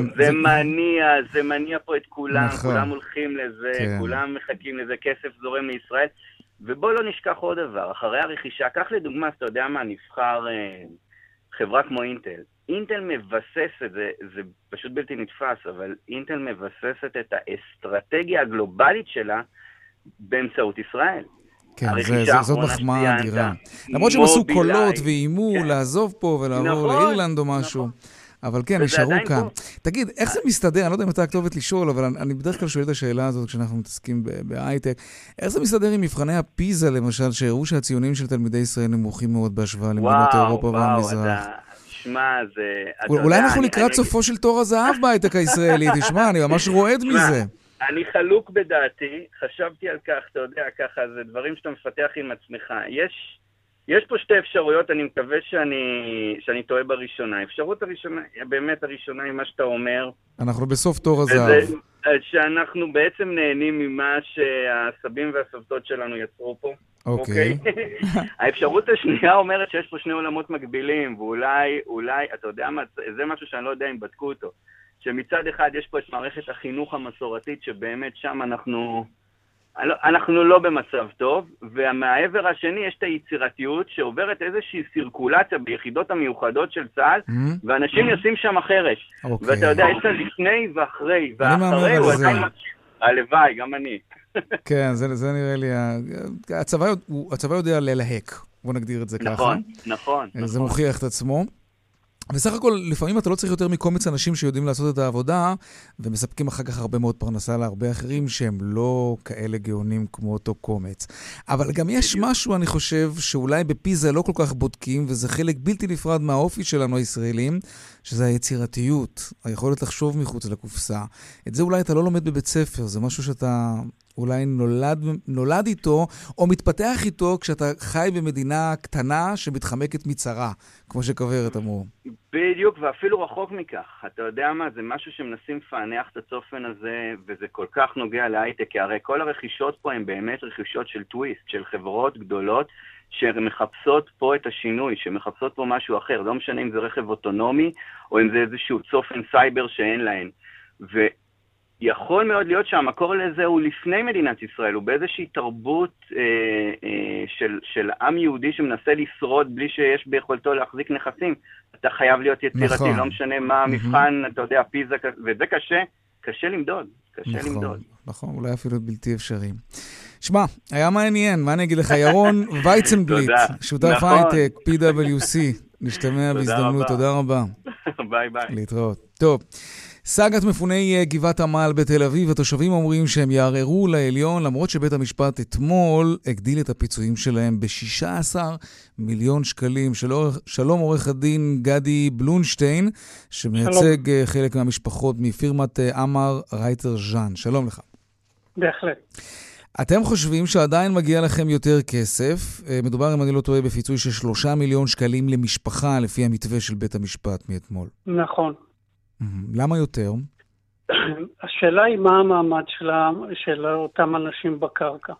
Speaker 12: זה מניע פה את כולם, כולם הולכים לזה, כולם מחכים לזה, כסף זורם לישראל. ובוא לא נשכח עוד דבר, אחרי הרכישה, כך לדוגמה, אתה יודע מה, נבחר חברה כמו אינטל. אינטל מבססת, זה פשוט בלתי נתפס, אבל אינטל מבססת את האסטרטגיה הגלובלית שלה באמצעות ישראל.
Speaker 3: כן, זאת מחמאה אדירה. למרות שהם עשו קולות ואימו לעזוב פה ולעבור לאירלנד או משהו. אבל כן, נשארו כאן. תגיד, איך זה מסתדר? אני לא יודע אם אתה הכתובת לשאול, אבל אני בדרך כלל שואל את השאלה הזאת כשאנחנו מתעסקים בהייטק. איך זה מסתדר עם מבחני הפיזה, למשל, שהראו שהציונים של תלמידי ישראל נמוכים מאוד בהשוואה למדינות אירופה והמזרח?
Speaker 12: תשמע, זה...
Speaker 3: אולי אנחנו לקראת סופו של תור הזהב בהייטק הישראלי, תשמע, אני ממש רועד מזה.
Speaker 12: אני חלוק בדעתי, חשבתי על כך, אתה יודע, ככה, זה דברים שאתה מפתח עם עצמך. יש פה שתי אפשרויות, אני מקווה שאני טועה בראשונה. האפשרות הראשונה, באמת הראשונה היא מה שאתה אומר.
Speaker 3: אנחנו בסוף תור הזהב.
Speaker 12: שאנחנו בעצם נהנים ממה שהסבים והסבתות שלנו יצרו פה.
Speaker 3: אוקיי.
Speaker 12: האפשרות השנייה אומרת שיש פה שני עולמות מקבילים, ואולי, אתה יודע מה, זה משהו שאני לא יודע אם בדקו אותו. שמצד אחד יש פה את מערכת החינוך המסורתית, שבאמת שם אנחנו לא במצב טוב, ומהעבר השני יש את היצירתיות שעוברת איזושהי סירקולציה ביחידות המיוחדות של צה"ל, ואנשים יוצאים שם חרש. ואתה יודע, יש לה לפני ואחרי, ואחרי הוא עדיין הלוואי, גם אני.
Speaker 3: כן, זה נראה לי, הצבא יודע ללהק, בוא נגדיר את זה ככה.
Speaker 12: נכון.
Speaker 3: זה מוכיח את עצמו. בסך הכל, לפעמים אתה לא צריך יותר מקומץ אנשים שיודעים לעשות את העבודה, ומספקים אחר כך הרבה מאוד פרנסה להרבה אחרים שהם לא כאלה גאונים כמו אותו קומץ. אבל גם יש משהו, אני חושב, שאולי בפיזה לא כל כך בודקים, וזה חלק בלתי נפרד מהאופי שלנו הישראלים, שזה היצירתיות, היכולת לחשוב מחוץ לקופסה. את זה אולי אתה לא לומד בבית ספר, זה משהו שאתה אולי נולד איתו, או מתפתח איתו כשאתה חי במדינה קטנה שמתחמקת מצרה, כמו שכוורת אמרו.
Speaker 12: בדיוק, ואפילו רחוק מכך. אתה יודע מה, זה משהו שמנסים לפענח את הצופן הזה, וזה כל כך נוגע להייטק, כי הרי כל הרכישות פה הן באמת רכישות של טוויסט, של חברות גדולות, שמחפשות פה את השינוי, שמחפשות פה משהו אחר. לא משנה אם זה רכב אוטונומי, או אם זה איזשהו צופן סייבר שאין להן. יכול מאוד להיות שהמקור לזה הוא לפני מדינת ישראל, הוא באיזושהי תרבות של עם יהודי שמנסה לשרוד בלי שיש ביכולתו להחזיק נכסים. אתה חייב להיות יצירתי, נכון. לא משנה מה המבחן, אתה יודע, פיזה, וזה קשה למדוד.
Speaker 3: נכון, אולי אפילו בלתי אפשרי. שמע, היה מעניין, מה אני אגיד לך, ירון וייצנבליט, שותף הייטק, PwC, נשתמע בהזדמנות, תודה רבה.
Speaker 12: ביי ביי.
Speaker 3: להתראות. טוב. סאגת מפוני גבעת עמל בתל אביב, התושבים אומרים שהם יערערו לעליון, למרות שבית המשפט אתמול הגדיל את הפיצויים שלהם ב-16 מיליון שקלים. שלום עורך הדין גדי בלונשטיין, שמייצג חלק מהמשפחות מפירמת אמר רייטר ז'אן. שלום לך.
Speaker 13: בהחלט.
Speaker 3: אתם חושבים שעדיין מגיע לכם יותר כסף? מדובר, אם אני לא טועה, בפיצוי של 3 מיליון שקלים למשפחה, לפי המתווה של בית המשפט מאתמול.
Speaker 13: נכון.
Speaker 3: למה יותר?
Speaker 13: השאלה היא מה המעמד של אותם אנשים בקרקע.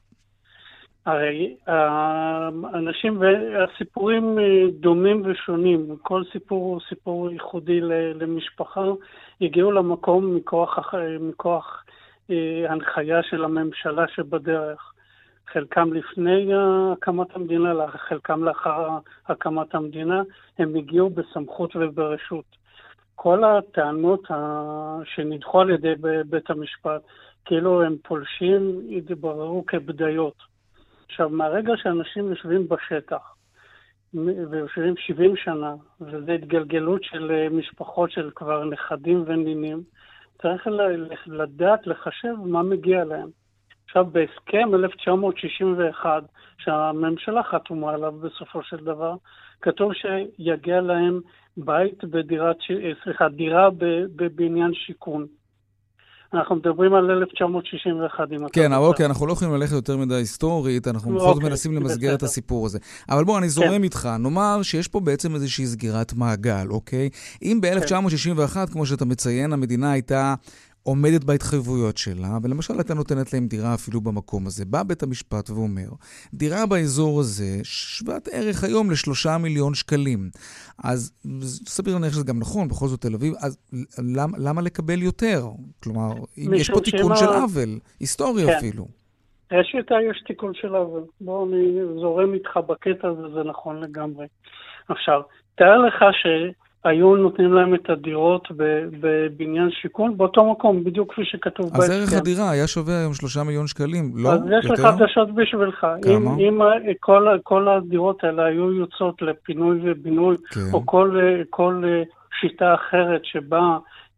Speaker 13: הרי האנשים והסיפורים דומים ושונים. כל סיפור הוא סיפור ייחודי למשפחה. הגיעו למקום מכוח הנחיה של הממשלה שבדרך. חלקם לפני הקמת המדינה, חלקם לאחר הקמת המדינה, הם הגיעו בסמכות וברשות. כל הטענות שנדחו על ידי בית המשפט, כאילו הם פולשים, יתבררו כבדיות. עכשיו, מהרגע שאנשים יושבים בשטח, ויושבים 70 שנה, וזו התגלגלות של משפחות של כבר נכדים ונינים, צריך לדעת, לחשב מה מגיע להם. עכשיו, בהסכם 1961, שהממשלה חתומה עליו בסופו של דבר, כתוב שיגיע להם בית דירה בבניין שיכון. אנחנו מדברים על 1961.
Speaker 3: כן, אבל אוקיי, אנחנו לא יכולים ללכת יותר מדי היסטורית, אנחנו בכל זאת מנסים למסגר את הסיפור הזה. אבל בוא, אני זורם איתך, נאמר שיש פה בעצם איזושהי סגירת מעגל, אוקיי? אם ב-1961, כמו שאתה מציין, המדינה הייתה עומדת בהתחייבויות שלה, ולמשל הייתה נותנת להם דירה אפילו במקום הזה. בא בית המשפט ואומר, דירה באזור הזה שוות ערך היום ל3 מיליון שקלים. אז סביר להניח שזה גם נכון, בכל זאת תל אביב, אז למה לקבל יותר? כלומר, יש פה תיקון של עוול, היסטורי אפילו.
Speaker 13: יש תיקון של עוול. בואו, אני זורם איתך בקטע הזה, זה נכון לגמרי. עכשיו, תאר לך היו נותנים להם את הדירות בבניין שיכון, באותו מקום, בדיוק כפי שכתוב בהסכם.
Speaker 3: אז ערך הדירה היה שווה היום 3 מיליון שקלים, לא?
Speaker 13: אז יש לך חדשות בשבילך.
Speaker 3: כמה?
Speaker 13: אם כל הדירות האלה היו יוצאות לפינוי ובינוי, או כל שיטה אחרת שבה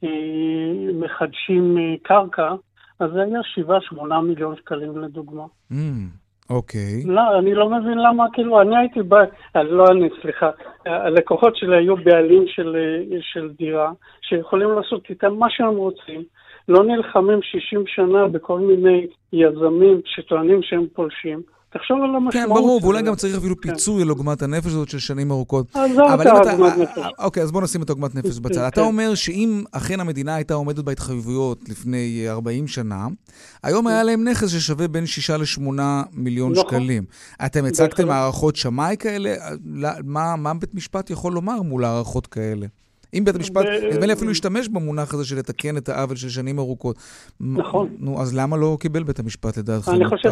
Speaker 13: מחדשים קרקע, אז זה היה 7-8 מיליון שקלים לדוגמה.
Speaker 3: אוקיי.
Speaker 13: לא, אני לא מבין למה, כאילו, אני הייתי סליחה, הלקוחות שלי היו בעלים של דירה, שיכולים לעשות איתם מה שהם רוצים, לא נלחמים 60 שנה בכל מיני יזמים שטוענים שהם פולשים, תחשוב על המשמעות.
Speaker 3: כן, ברור, ואולי גם צריך אפילו פיצוי על עוגמת הנפש הזאת של שנים ארוכות. אוקיי, אז בוא נשים את עוגמת נפש בצד. אתה אומר שאם אכן המדינה הייתה עומדת בהתחייבויות לפני 40 שנה, היום היה להם נכס ששווה בין 6-8 מיליון שקלים. אתם הצגתם הערכות שמאי כאלה? מה בית משפט יכול לומר מול הערכות כאלה? אם בית המשפט, נדמה לי אפילו להשתמש במונח הזה של לתקן את העוול של שנים ארוכות. נכון. נו, אז למה לא קיבל בית המשפט לדעתך?
Speaker 13: אני חושב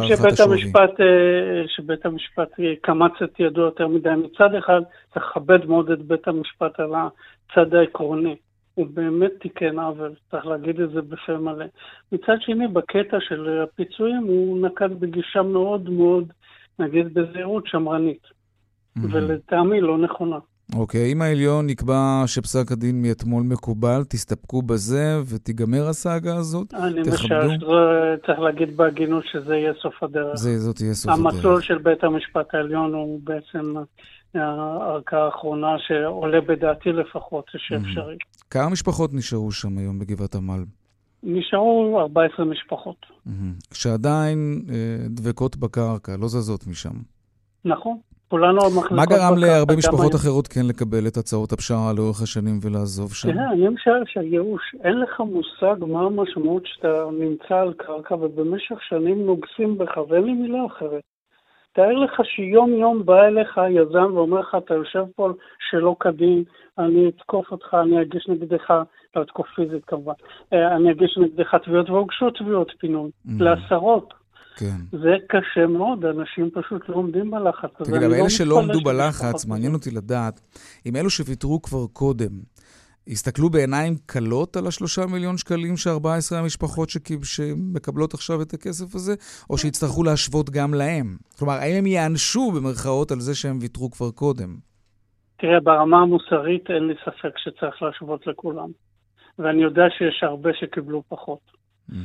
Speaker 13: שבית המשפט קמץ את ידו יותר מדי. מצד אחד, צריך לכבד מאוד את בית המשפט על הצד העקרוני. הוא באמת תיקן עוול, צריך להגיד את זה בפה מלא. מצד שני, בקטע של הפיצויים, הוא נקט בגישה מאוד מאוד, נגיד בזהירות שמרנית. ולטעמי לא נכונה.
Speaker 3: אוקיי, אם העליון נקבע שפסק הדין מאתמול מקובל, תסתפקו בזה ותיגמר הסאגה הזאת?
Speaker 13: אני משער שצריך להגיד בהגינות שזה יהיה סוף הדרך.
Speaker 3: זאת תהיה סוף הדרך.
Speaker 13: המסלול של בית המשפט העליון הוא בעצם הערכאה האחרונה שעולה בדעתי לפחות שאפשרי.
Speaker 3: כמה משפחות נשארו שם היום בגבעת עמל?
Speaker 13: נשארו 14 משפחות.
Speaker 3: שעדיין דבקות בקרקע, לא זזות משם.
Speaker 13: נכון.
Speaker 3: מה גרם להרבה משפחות אחרות כן לקבל את הצעות הפשרה לאורך השנים ולעזוב שם?
Speaker 13: תראה, אני משער שהייאוש, אין לך מושג מה המשמעות שאתה נמצא על קרקע ובמשך שנים נוגסים בך, ואין לי מילה אחרת. תאר לך שיום יום בא אליך יזם ואומר לך, אתה יושב פה שלא כדין, אני אתקוף אותך, אני אגיש נגדך, לא אתקוף פיזית כמובן, אני אגיש נגדך תביעות והוגשו תביעות פינוי, לעשרות.
Speaker 3: כן.
Speaker 13: זה קשה מאוד, אנשים פשוט לא עומדים בלחץ.
Speaker 3: תגיד, אבל אלה שלא עומדו בלחץ, מעניין אותי לדעת, אם אלו שוויתרו כבר קודם, הסתכלו בעיניים קלות על 3 מיליון שקלים ש14 המשפחות שמקבלות עכשיו את הכסף הזה, או שיצטרכו להשוות גם להם? כלומר, האם הם יענשו במרכאות על זה שהם ויתרו כבר קודם?
Speaker 13: תראה, ברמה המוסרית אין לי ספק שצריך להשוות לכולם. ואני יודע שיש הרבה שקיבלו פחות.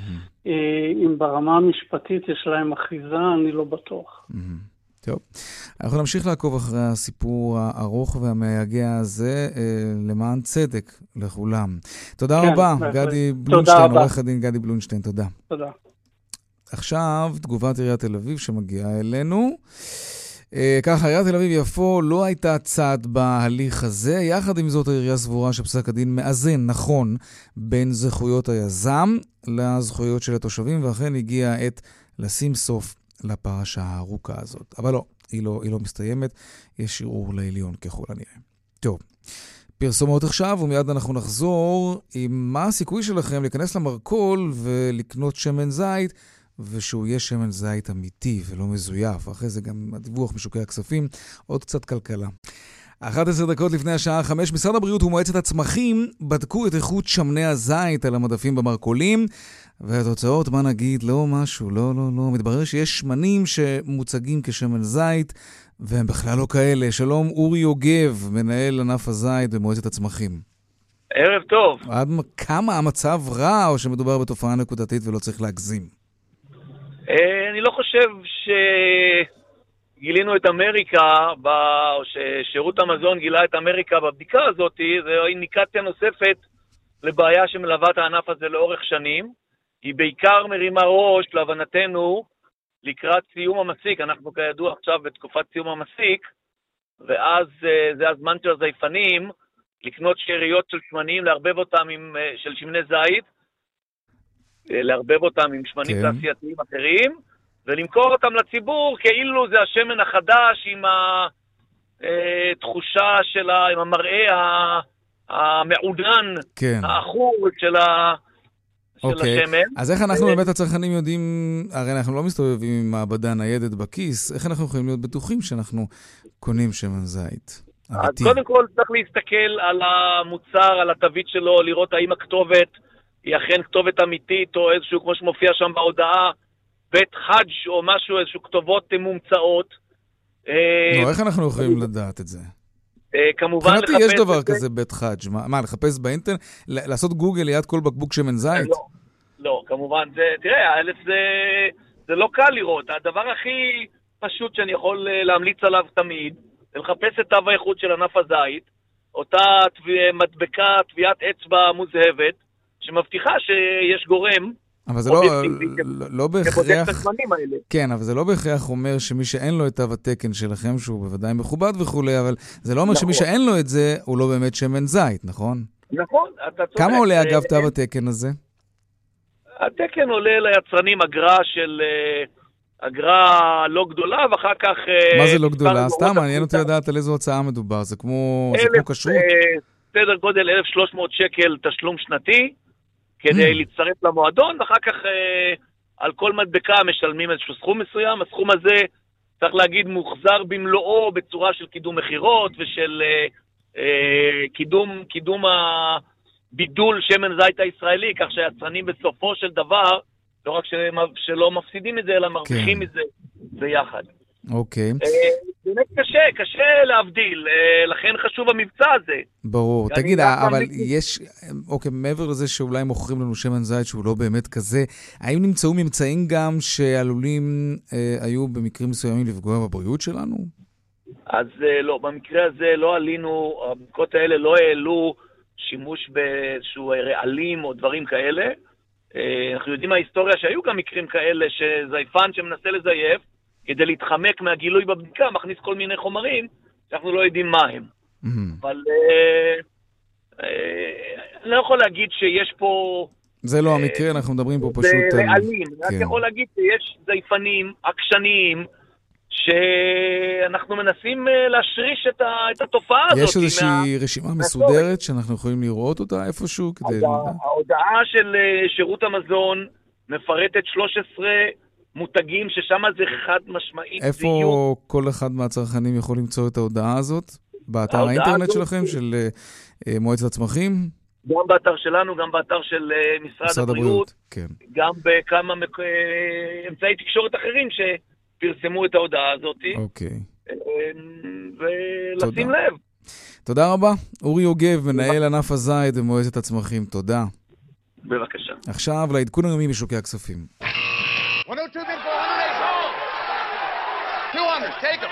Speaker 13: אם ברמה המשפטית יש להם אחיזה, אני לא בטוח.
Speaker 3: טוב, אנחנו נמשיך לעקוב אחרי הסיפור הארוך והמייגע הזה למען צדק לכולם. תודה רבה, גדי בלונשטיין, עורך הדין גדי בלונשטיין, תודה.
Speaker 13: תודה.
Speaker 3: עכשיו, תגובת עיריית תל אביב שמגיעה אלינו. ככה, עיריית תל אביב-יפו לא הייתה צד בהליך הזה. יחד עם זאת, העירייה סבורה שפסק הדין מאזן נכון בין זכויות היזם לזכויות של התושבים, ואכן הגיעה העת לשים סוף לפרשה הארוכה הזאת. אבל לא, היא לא מסתיימת. יש ערעור לעליון ככל הנראה. טוב, פרסומות עכשיו, ומיד אנחנו נחזור עם מה הסיכוי שלכם להיכנס למרכול ולקנות שמן זית ושהוא יהיה שמן זית אמיתי ולא מזויף. אחרי זה גם הדיווח משוקי הכספים, עוד קצת כלכלה. 11 דקות לפני השעה 5, משרד הבריאות ומועצת הצמחים בדקו את איכות שמני הזית על המדפים במרכולים, והתוצאות, מה נגיד, לא משהו, לא. מתברר שיש שמנים שמוצגים כשמן זית, והם בכלל לא כאלה. שלום, אורי יוגב, מנהל ענף הזית במועצת הצמחים.
Speaker 14: ערב טוב.
Speaker 3: עד כמה המצב רע, או שמדובר בתופעה נקודתית ולא צריך להגזים?
Speaker 14: אני לא חושב גילינו את אמריקה, או ששירות המזון גילה את אמריקה בבדיקה הזאת. זו אינדיקציה נוספת לבעיה שמלווה את הענף הזה לאורך שנים. היא בעיקר מרימה ראש, להבנתנו, לקראת סיום המסיק. אנחנו כידוע עכשיו בתקופת סיום המסיק, ואז זה הזמן של הזייפנים לקנות שאריות של שמנים, לערבב אותם של שמני זית, לערבב אותם עם שמנים תעשייתיים אחרים, ולמכור אותם לציבור כאילו זה השמן החדש עם התחושה שלה, עם המראה המעודן, האחור של השמן.
Speaker 3: אז איך אנחנו באמת הצרכנים יודעים, הרי אנחנו לא מסתובבים עם מעבדה ניידת בכיס, איך אנחנו יכולים להיות בטוחים שאנחנו קונים שמן זית?
Speaker 14: אז קודם כל צריך להסתכל על המוצר, על התווית שלו, לראות האם הכתובת היא אכן כתובת אמיתית, או איזשהו, כמו שמופיע שם בהודעה, בית חאג' או משהו, איזשהו כתובות מומצאות.
Speaker 3: איך אנחנו יכולים לדעת את זה?
Speaker 14: כמובן לחפש...
Speaker 3: יש דבר כזה בית חאג', מה, לחפש באינטרנט? לעשות גוגל ליד כל בקבוק שמן זית?
Speaker 14: לא, כמובן, תראה, זה לא קל לראות. הדבר הכי פשוט שאני יכול להמליץ עליו תמיד, זה לחפש את תו האיכות של ענף הזית, אותה מדבקה, טביעת אצבע מוזהבת, שמבטיחה שיש גורם,
Speaker 3: אבל זה לא בהכרח... כן, אבל זה לא בהכרח אומר שמי שאין לו את תו התקן שלכם, שהוא בוודאי מכובד וכולי, אבל זה לא אומר שמי שאין לו את זה, הוא לא באמת שמן זית, נכון?
Speaker 14: נכון, אתה צודק.
Speaker 3: כמה עולה אגב תו התקן הזה?
Speaker 14: התקן עולה ליצרנים אגרה לא גדולה, ואחר כך...
Speaker 3: מה זה לא גדולה? סתם, מעניין אותי לדעת על איזו הוצאה מדובר. זה כמו כשרות?
Speaker 14: סדר גודל 1,300 שקל תשלום שנתי, כדי להצטרף למועדון, ואחר כך על כל מדבקה משלמים איזשהו סכום מסוים. הסכום הזה, צריך להגיד, מוחזר במלואו בצורה של קידום מחירות, ושל קידום הבידול שמן זית הישראלי, כך שהיצרנים בסופו של דבר, לא רק שלא מפסידים את זה, אלא מרוויחים את זה ביחד.
Speaker 3: אוקיי.
Speaker 14: באמת קשה להבדיל, לכן חשוב המבצע הזה.
Speaker 3: ברור. תגיד, אבל יש, אוקיי, מעבר לזה שאולי מוכרים לנו שמן זית שהוא לא באמת כזה, האם נמצאו ממצאים גם שעלולים היו במקרים מסוימים לפגוע בבריאות שלנו?
Speaker 14: אז לא, במקרה הזה לא עלינו, הבדיקות האלה לא העלו שימוש באיזשהו רעלים או דברים כאלה. אנחנו יודעים מההיסטוריה שהיו גם מקרים כאלה שזייפן שמנסה לזייף, כדי להתחמק מהגילוי בבדיקה, מכניס כל מיני חומרים שאנחנו לא יודעים מה הם. אבל אני לא יכול להגיד שיש פה...
Speaker 3: זה לא המקרה, אנחנו מדברים פה פשוט...
Speaker 14: זה רעלים. אני יכול להגיד שיש זייפנים עקשנים, שאנחנו מנסים להשריש את התופעה הזאת.
Speaker 3: יש איזושהי רשימה מסודרת שאנחנו יכולים לראות אותה איפשהו?
Speaker 14: ההודעה של שירות המזון מפרטת 13 מותגים ששם זה חד משמעית.
Speaker 3: איפה כל אחד מהצרכנים יכול למצוא את ההודעה הזאת? באתר האינטרנט שלכם, של מועצת הצמחים?
Speaker 14: גם באתר שלנו, גם באתר של משרד הבריאות. גם בכמה אמצעי תקשורת אחרים שפרסמו את ההודעה הזאת.
Speaker 3: אוקיי.
Speaker 14: ולשים לב.
Speaker 3: תודה רבה. אורי יוגב, מנהל ענף הזית במועצת הצמחים. תודה.
Speaker 14: בבקשה.
Speaker 3: עכשיו לעדכון היומי משוקי הכספים.
Speaker 15: 102 bid for 100, 200, take them.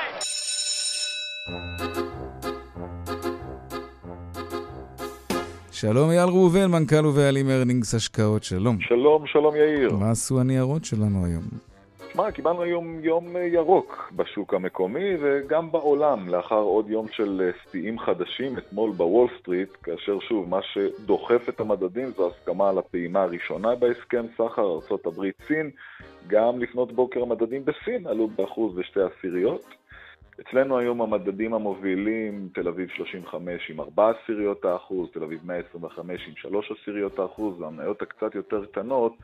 Speaker 3: שלום אייל ראובן, מנכ"ל ובעלים ארנינגס השקעות, שלום.
Speaker 16: שלום יאיר.
Speaker 3: מה עשו הניירות שלנו היום?
Speaker 16: תשמע, קיבלנו היום יום ירוק בשוק המקומי וגם בעולם, לאחר עוד יום של שיאים חדשים אתמול בוול סטריט, כאשר שוב, מה שדוחף את המדדים זו הסכמה על הפעימה הראשונה בהסכם סחר ארצות הברית סין. גם לפנות בוקר המדדים בסין עלו ב1.2%. אצלנו היום המדדים המובילים, תל אביב 35 עם 0.4%, תל אביב 125 עם 0.3%, והמניות הקצת יותר קטנות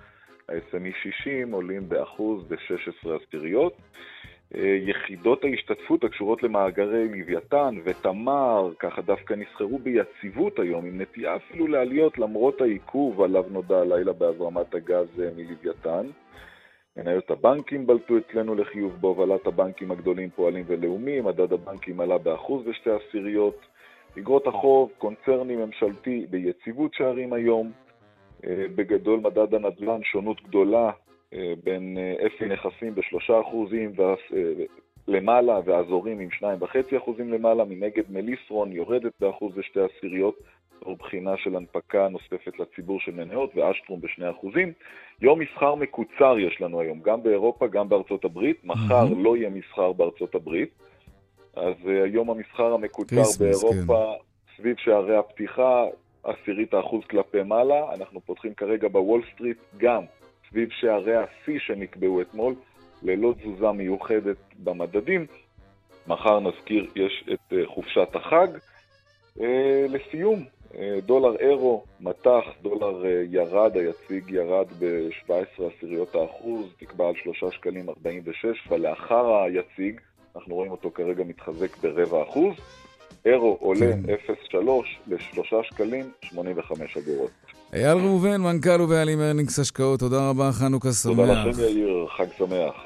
Speaker 16: ה-SME 60 עולים ב1.16%. יחידות ההשתתפות הקשורות למאגרי לוויתן ותמר, ככה דווקא נסחרו ביציבות היום, עם נטייה אפילו לעליות למרות העיכוב עליו נודע הלילה בהזרמת הגז מלוויתן. מניות הבנקים בלטו אצלנו לחיוב בהובלת הבנקים הגדולים פועלים ולאומי, מדד הבנקים עלה ב1.2%. אגרות החוב, קונצרני ממשלתי ביציבות שערים היום. בגדול מדד הנדל"ן שונות גדולה בין אפי נכסים ב3% למעלה והאזורים עם 2.5% למעלה. מנגד מליסרון יורדת ב1.2%, או בחינה של הנפקה נוספת לציבור של מניות, ואשטרום ב2%. יום מסחר מקוצר יש לנו היום, גם באירופה, גם בארצות הברית. מחר לא יהיה מסחר בארצות הברית, אז היום המסחר המקוצר באירופה סביב שערי הפתיחה 0.1% כלפי מעלה. אנחנו פותחים כרגע בוול סטריט גם סביב שערי השיא שנקבעו אתמול, ללא תזוזה מיוחדת במדדים. מחר נזכיר יש את חופשת החג. לסיום, דולר אירו מתח, דולר ירד, היציג ירד ב17%, תקבע על 3.46 שקלים, ולאחר היציג אנחנו רואים אותו כרגע מתחזק ב0.25%. אירו עולה 0.3 ל3.85 שקלים.
Speaker 3: אייל ראובן, מנכ"ל ובעלים ארנינגס השקעות, תודה רבה, חנוכה שמח.
Speaker 16: תודה לכם יאיר, חג שמח.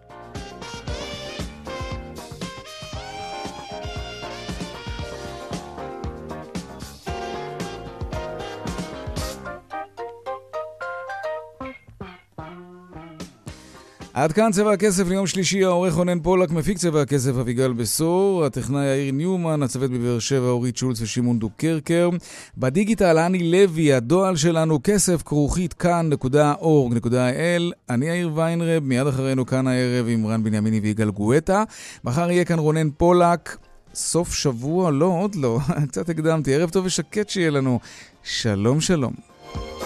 Speaker 3: עד כאן צבע הכסף ליום שלישי, העורך רונן פולק, מפיק צבע הכסף אביגל בסור, הטכנאי יאיר ניומן, הצוות בבאר שבע אורית שולץ ושימון דוקרקר, בדיגיטל אני לוי, הדואל שלנו כסף@כאן.org.il. אני יאיר ויינרב, מיד אחרינו כאן הערב עם רן בנימיני ויגאל גואטה. מחר יהיה כאן רונן פולק. סוף שבוע? לא, עוד לא, קצת הקדמתי. ערב טוב ושקט שיהיה לנו. שלום שלום.